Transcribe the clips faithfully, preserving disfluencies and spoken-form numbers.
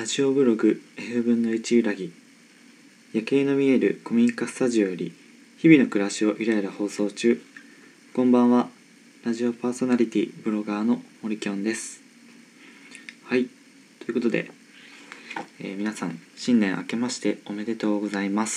ラジオブログ エフぶんのいち 裏木、夜景の見える古民家スタジオより日々の暮らしをゆらゆら放送中。こんばんは。ラジオパーソナリティブロガーの森きょんです。はい、ということで、えー、皆さん新年明けましておめでとうございます。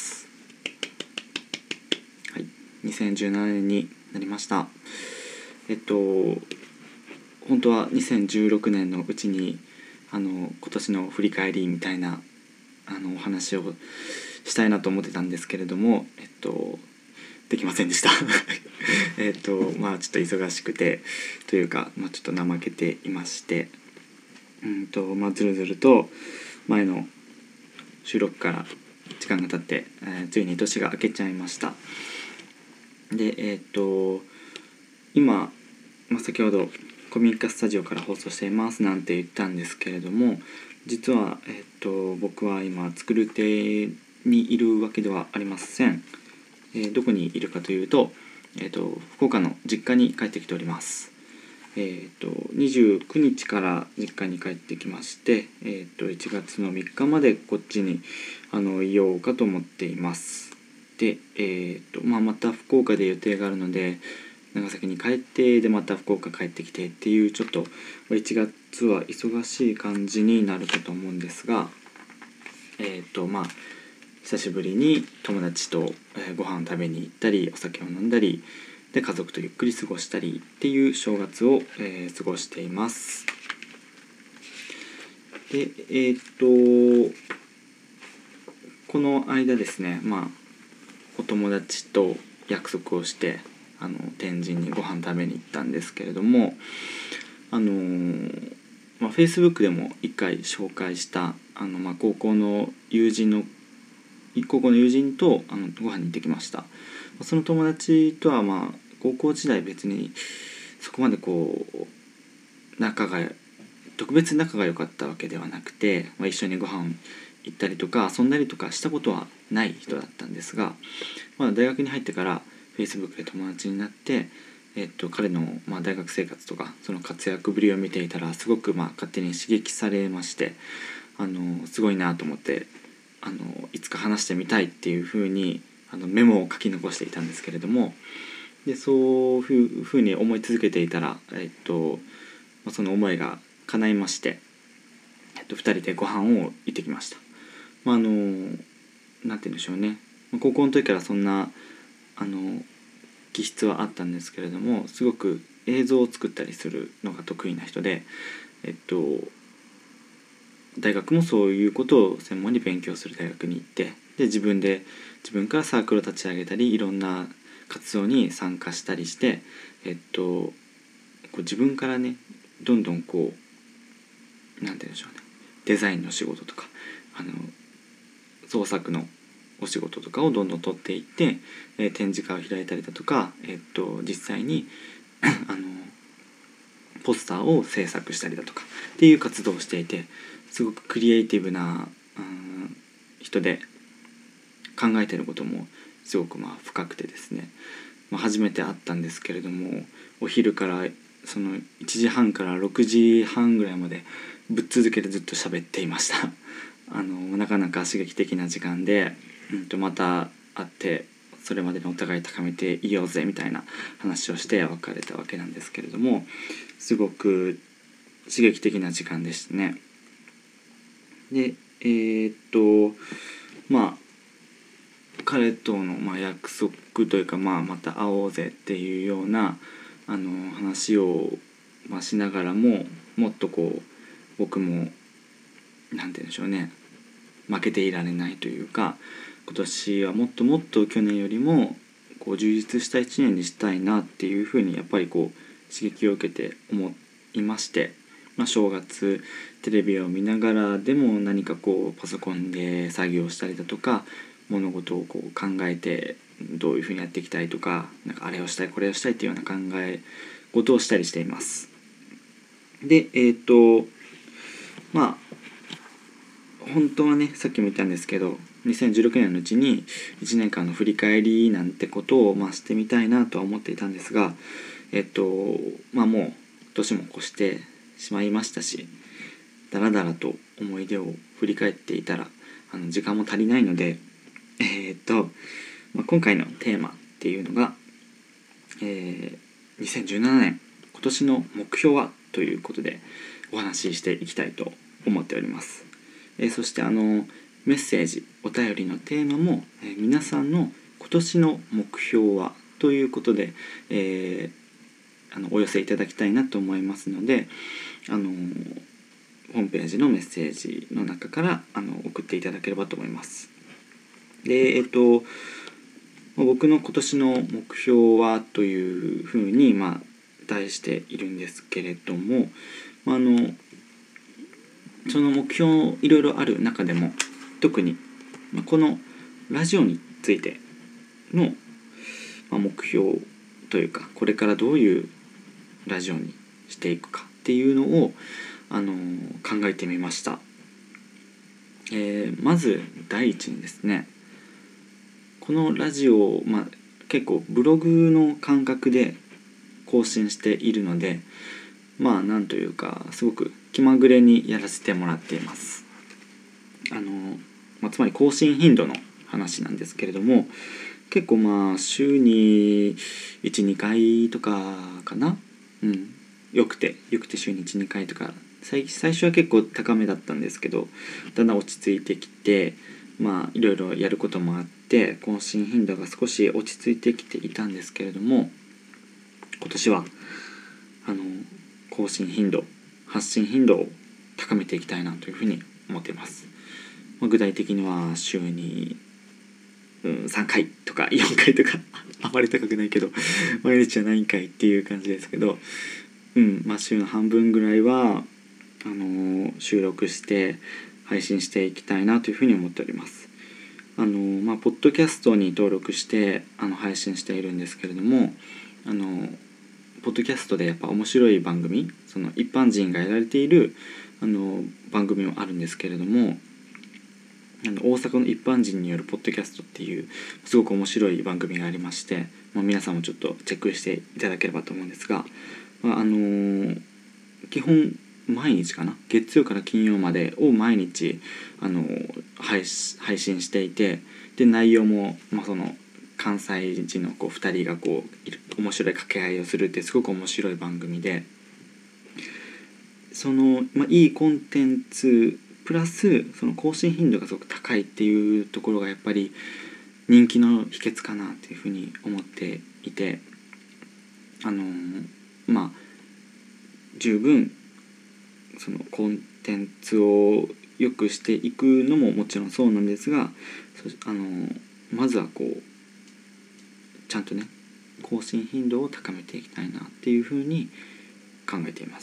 はい、にせんじゅうななねんになりました。えっと本当はにせんじゅうろくねんのうちにあの今年の振り返りみたいなあのお話をしたいなと思ってたんですけれども、えっとできませんでしたえっとまあちょっと忙しくてというか、まあ、ちょっと怠けていまして、うんとまあずるずると前の収録から時間が経って、えー、ついに年が明けちゃいました。でえっと今、まあ、先ほど古民家スタジオから放送していますなんて言ったんですけれども、実は、えっと、僕は今作る手にいるわけではありません。えー、どこにいるかというと、えっと、福岡の実家に帰ってきております。えっと、にじゅうくにちから実家に帰ってきまして、えっと、いちがつのみっかまでこっちにあのいようかと思っています。で、えっとまあ、また福岡で予定があるので長崎に帰ってでまた福岡帰ってきてっていうちょっといちがつは忙しい感じになるかと思うんですが、えっとまあ久しぶりに友達とご飯食べに行ったりお酒を飲んだりで家族とゆっくり過ごしたりっていう正月を、えー、過ごしています。でえっとこの間ですね、まあお友達と約束をしてあの天神にご飯食べに行ったんですけれども、あのーまあ、Facebook でも一回紹介したあの、まあ、高校の友人の高校の友人とあのご飯に行ってきました。その友達とは、まあ、高校時代別にそこまでこう仲が特別仲が良かったわけではなくて、まあ、一緒にご飯行ったりとか遊んだりとかしたことはない人だったんですが、まあ、大学に入ってから Facebook で友達になって、えっと、彼の、まあ、大学生活とかその活躍ぶりを見ていたらすごく、まあ、勝手に刺激されまして、あのすごいなと思って、あのいつか話してみたいっていうふうにあのメモを書き残していたんですけれども、でそういうふうに思い続けていたら、えっとまあ、その思いが叶いまして、えっと、ふたりでご飯を行ってきました。まああのなんて言うんでしょうね、高校の時からそんなあの気質はあったんですけれども、すごく映像を作ったりするのが得意な人で、えっと大学もそういうことを専門に勉強する大学に行って、で自分で自分からサークルを立ち上げたりいろんな活動に参加したりして、えっとこう自分からねどんどんこうなんて言うんでしょうね、デザインの仕事とかあの創作のお仕事とかをどんどん取っていって、えー、展示会を開いたりだとか、えー、っと実際にあのポスターを制作したりだとかっていう活動をしていて、すごくクリエイティブな、うん、人で考えてることもすごくまあ深くてですね、まあ、初めて会ったんですけれども、お昼からそのいちじはんからろくじはんぐらいまでぶっ続けてずっと喋っていましたあのなかなか刺激的な時間で、うん、とまた会ってそれまでにお互い高めていようぜみたいな話をして別れたわけなんですけれども、すごく刺激的な時間でしたね。でえー、っとまあ彼とのまあ約束というか、まあ、また会おうぜっていうようなあの話をまあしながらも、もっとこう僕もなんて言うんでしょうね、負けていられないというか、今年はもっともっと去年よりもこう充実したいちねんにしたいなっていうふうにやっぱりこう刺激を受けて思いまして、まあ、正月テレビを見ながらでも何かこうパソコンで作業したりだとか物事をこう考えてどういうふうにやっていきたいとか、なんかあれをしたいこれをしたいっていうような考え事をしたりしています。でえっとまあ本当はねさっきも言ったんですけどにせんじゅうろくねんのうちにいちねんかんの振り返りなんてことをまあしてみたいなとは思っていたんですが、えっとまあもう年も越してしまいましたし、だらだらと思い出を振り返っていたらあの時間も足りないので、えー、っと、まあ、今回のテーマっていうのが、えー、にせんじゅうななねん今年の目標はということでお話ししていきたいと思っております。えー、そしてあのメッセージお便りのテーマも、えー、皆さんの今年の目標はということで、えー、あのお寄せいただきたいなと思いますので、あのー、ホームページのメッセージの中からあの送っていただければと思います。で、えっと僕の今年の目標はというふうに、まあ、題しているんですけれども、まあ、あのその目標いろいろある中でも特に、まあ、このラジオについての、まあ、目標というかこれからどういうラジオにしていくかっていうのを、あの考えてみました。えー、まず第一にですね、このラジオ、まあ、結構ブログの感覚で更新しているので、まあなんというかすごく気まぐれにやらせてもらっています。あの、まあ、つまり更新頻度の話なんですけれども、結構まあ週に いち,に 回とかかな、うん、よくてよくて週に いち,に 回とか、最最初は結構高めだったんですけど、だんだん落ち着いてきて、まあいろいろやることもあって更新頻度が少し落ち着いてきていたんですけれども、今年はあの更新頻度発信頻度を高めていきたいなというふうに思っています。まあ、具体的には週に、うん、さんかいとかよんかいとかあまり高くないけど毎日はないかいっていう感じですけど、うんまあ、週の半分ぐらいはあのー、収録して配信していきたいなというふうに思っております。あのー、まあポッドキャストに登録してあの配信しているんですけれども、あのー、ポッドキャストでやっぱ面白い番組、その一般人がやられているあの番組もあるんですけれども、あの大阪の一般人によるポッドキャストっていうすごく面白い番組がありまして、まあ、皆さんもちょっとチェックしていただければと思うんですが、まあ、あのー、基本毎日かな、月曜から金曜までを毎日、あのー、配, 配信していて、で内容も、まあ、その関西人のこうふたりがこう面白い掛け合いをするってすごく面白い番組で、その、まあ、いいコンテンツプラスその更新頻度がすごく高いっていうところがやっぱり人気の秘訣かなっていうふうに思っていて、あのー、まあ十分そのコンテンツを良くしていくのももちろんそうなんですが、あのー、まずはこうちゃんとね更新頻度を高めていきたいなっていうふうに考えています。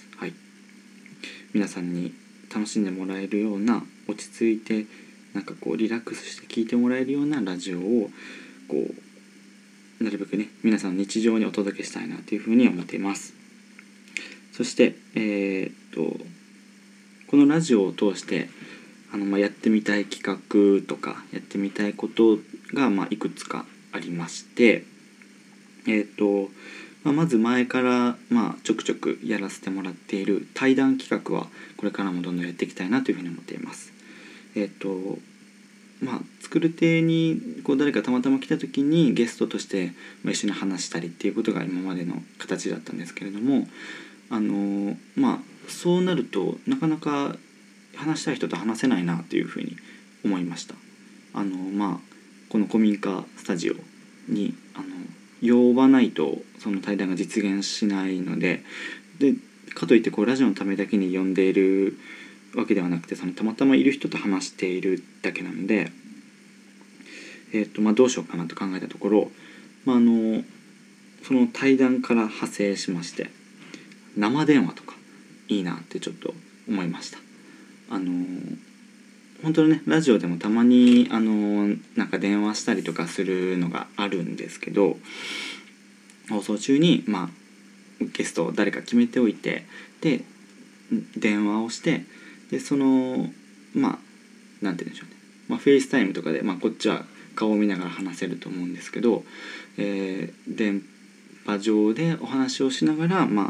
はい、皆さんに楽しんでもらえるような、落ち着いてなんかこうリラックスして聞いてもらえるようなラジオをこうなるべくね皆さんの日常にお届けしたいなというふうに思っています。そしてえー、っとこのラジオを通してあの、まあ、やってみたい企画とかやってみたいことが、まあ、いくつかありまして、えーとまあ、まず前から、まあ、ちょくちょくやらせてもらっている対談企画はこれからもどんどんやっていきたいなというふうに思っています。えっ、ー、とまあ作る手にこう誰かたまたま来た時にゲストとして、まあ、一緒に話したりっていうことが今までの形だったんですけれども、あのまあそうなるとなかなか話したい人と話せないなというふうに思いました。あのまあこの古民家スタジオにあの呼ばないとその対談が実現しないので、でかといってこうラジオのためだけに呼んでいるわけではなくて、そのたまたまいる人と話しているだけなので、えーとまあ、どうしようかなと考えたところ、まあ、あのその対談から派生しまして生電話とかいいなってちょっと思いました。あの本当にねラジオでもたまにあのなんか電話したりとかするのがあるんですけど、放送中にまあゲストを誰か決めておいて、で電話をして、でそのまあなんて言うんでしょうね、まあ、フェイスタイムとかで、まあ、こっちは顔を見ながら話せると思うんですけど、えー、電波上でお話をしながら、まあ、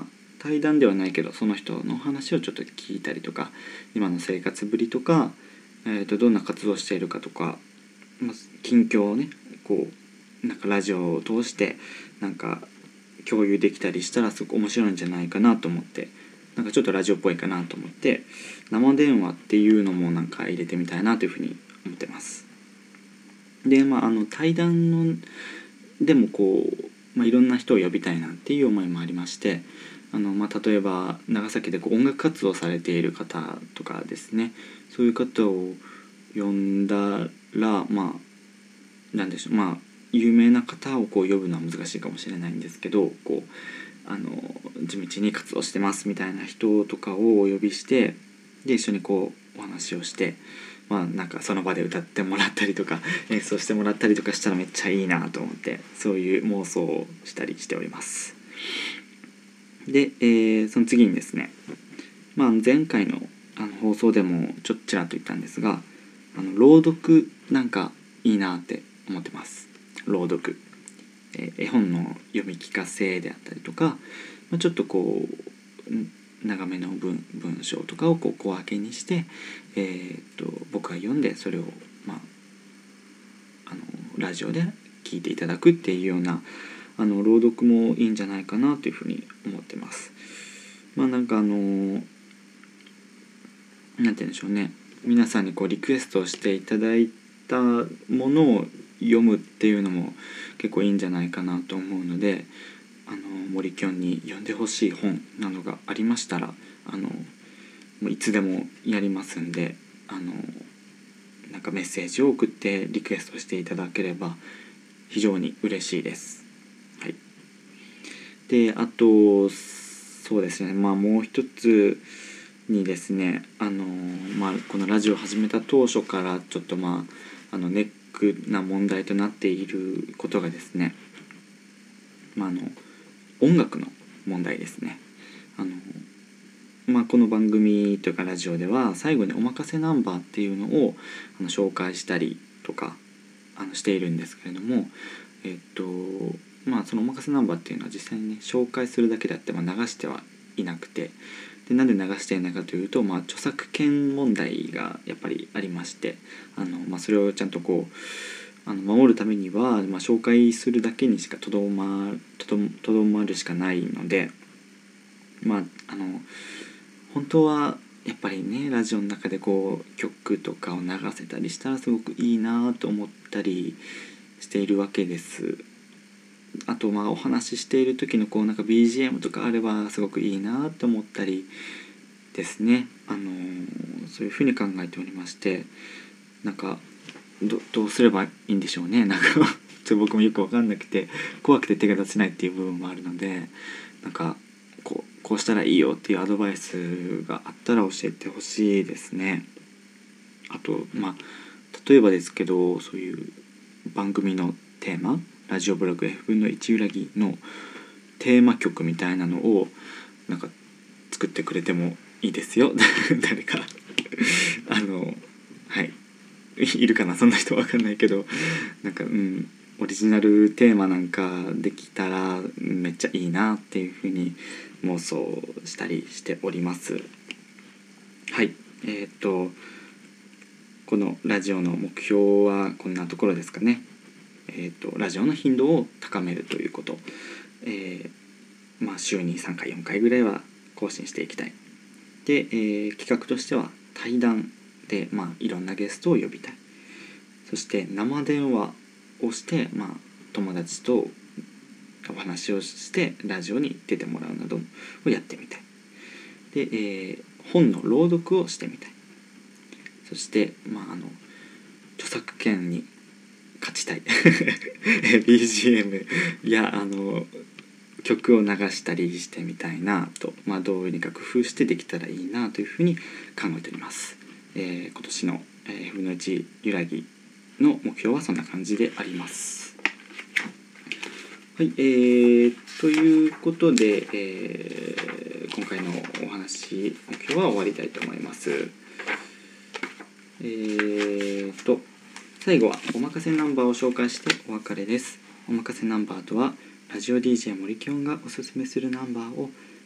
対談ではないけどその人の話をちょっと聞いたりとか、今の生活ぶりとか、えーとどんな活動をしているかとか、まあ、近況をねこうなんかラジオを通してなんか共有できたりしたらすごく面白いんじゃないかなと思って、なんかちょっとラジオっぽいかなと思って生電話っていうのもなんか入れてみたいなというふうに思ってます。でまああの対談のでもこう、まあ、いろんな人を呼びたいなっていう思いもありまして、あの、まあ、例えば長崎でこう音楽活動されている方とかですね、そういう方を呼んだらまあなんでしょう、まあ有名な方をこう呼ぶのは難しいかもしれないんですけど、こうあの地道に活動してますみたいな人とかをお呼びして、で一緒にこうお話をして、まあなんかその場で歌ってもらったりとか演奏してもらったりとかしたらめっちゃいいなと思って、そういう妄想をしたりしております。で、えー、その次にですね、まあ、前回のあの放送でもちょっとちらっと言ったんですが、あの朗読なんかいいなって思ってます。朗読、えー、絵本の読み聞かせであったりとか、まあ、ちょっとこう長めの 文, 文章とかをこう小分けにして、えー、っと僕が読んでそれを、まあ、あのラジオで聞いていただくっていうようなあの朗読もいいんじゃないかなというふうに思ってます。まあなんかあのなんて言うんでしょうね、皆さんにこうリクエストしていただいたものを読むっていうのも結構いいんじゃないかなと思うので、あの森きょんに読んでほしい本などがありましたら、あのもういつでもやりますんで、あのなんかメッセージを送ってリクエストしていただければ非常に嬉しいです。はい、であとそうですね、まあもう一つにですね、あのまあこのラジオを始めた当初からちょっとまああのネックな問題となっていることがですね、まああの音楽の問題ですね。あのまあ、この番組というかラジオでは最後におまかせナンバーっていうのをあの紹介したりとかあのしているんですけれども、えっとまあそのおまかせナンバーっていうのは実際にね紹介するだけであって、まあ、流してはいなくて、でなんで流していないかというと、まあ、著作権問題がやっぱりありまして、あの、まあ、それをちゃんとこうあの守るためには、まあ、紹介するだけにしかとどまとどとどまるしかないので、まああの本当はやっぱりねラジオの中でこう曲とかを流せたりしたらすごくいいなと思ったりしているわけです。あとまあお話ししている時のこうなんか ビージーエム とかあればすごくいいなと思ったりですね、あのー、そういうふうに考えておりまして、なんか ど, どうすればいいんでしょうね。なんかちょっと僕もよく分かんなくて怖くて手が出せないっていう部分もあるので、なんかこうこうしたらいいよっていうアドバイスがあったら教えてほしいですね。あとまあ例えばですけど、そういう番組のテーマ、ラジオブログ エフぶんのいち揺らぎのテーマ曲みたいなのをなんか作ってくれてもいいですよ誰かあのはいいるかな、そんな人わかんないけど、なんかうんオリジナルテーマなんかできたらめっちゃいいなっていうふうに妄想したりしております。はい、えー、っとこのラジオの目標はこんなところですかね。えー、とラジオの頻度を高めるということ、えーまあ、週にさんかいよんかいぐらいは更新していきたい。で、えー、企画としては対談で、まあ、いろんなゲストを呼びたい。そして生電話をして、まあ、友達とお話をしてラジオに出てもらうなどをやってみたい。で、えー、本の朗読をしてみたい。そして、まあ、あの著作権に勝ちたいビージーエム やあの曲を流したりしてみたいなと、まあ、どうにか工夫してできたらいいなというふうに考えております。えー、今年の エフぶんのいち揺らぎの目標はそんな感じであります。はい、えー、ということで、えー、今回のお話目標は終わりたいと思います。えーと最後はおまかせナンバーを紹介してお別れです。おまかせナンバーとはラジオ ディージェー 森きょんがおすすめするナンバーを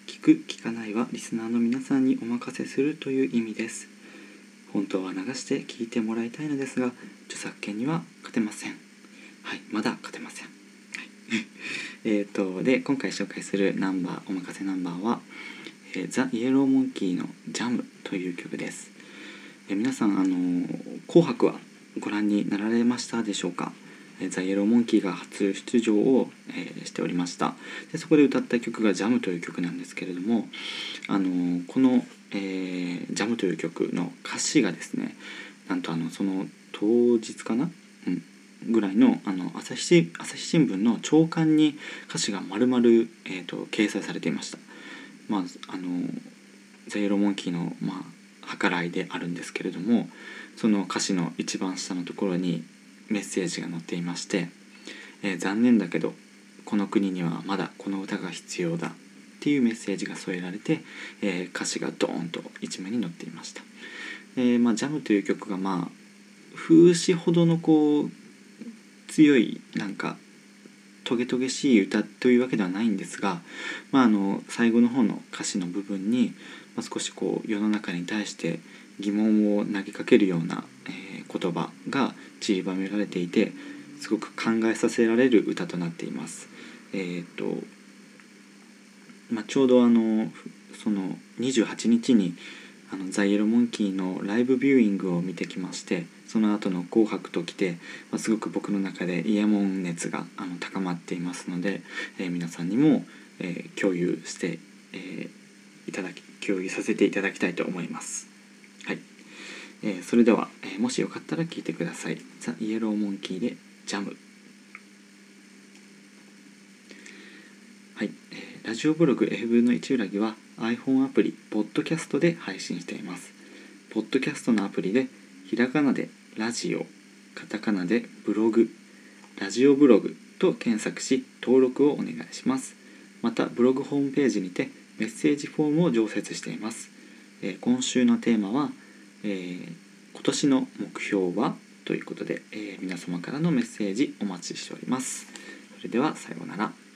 聞く聞かないはリスナーの皆さんにお任せするという意味です。本当は流して聞いてもらいたいのですが、著作権には勝てません。はい、まだ勝てません。はい、えっとで今回紹介するナンバーお任せナンバーは、えー、ザ・イエローモンキーのジャムという曲です。えー、皆さん、あのー、紅白はご覧になられましたでしょうか。えー、ザ・イエローモンキーが初出場を、えー、しておりました。でそこで歌った曲がジャムという曲なんですけれども、あのー、このえー、ジャムという曲の歌詞がですね、なんとあのその当日かな、うん、ぐらいのあの朝日朝日新聞の朝刊に歌詞が丸々、えー、と掲載されていました。まああのザ・イエローモンキーのまあ計らいであるんですけれども、その歌詞の一番下のところにメッセージが載っていまして、えー、残念だけどこの国にはまだこの歌が必要だっていうメッセージが添えられて、えー、歌詞がドーンと一面に載っていました。えーまあ、ジャムという曲が、まあ、風刺ほどのこう強いなんかトゲトゲしい歌というわけではないんですが、まあ、あの最後の方の歌詞の部分に、まあ、少しこう世の中に対して疑問を投げかけるような、えー、言葉が散りばめられていて、すごく考えさせられる歌となっています。えーとまあ、ちょうどあのそのにじゅうはちにちにあのザ・イエローモンキーのライブビューイングを見てきまして、その後の紅白ときて、まあ、すごく僕の中でイヤモン熱があの高まっていますので、えー、皆さんにも、えー、共有して、えー、いただき共有させていただきたいと思います。はい、えー、それでは、えー、もしよかったら聴いてください。ザ・イエローモンキーでジャム。はい、えー、ラジオブログ エフブイ の一裏木は iPhone アプリポッドキャストで配信しています。ポッドキャストのアプリでひらがなでラジオ、カタカナでブログ、ラジオブログと検索し登録をお願いします。またブログホームページにてメッセージフォームを常設しています。えー、今週のテーマは、えー、今年の目標はということで、えー、皆様からのメッセージお待ちしております。それではさようなら。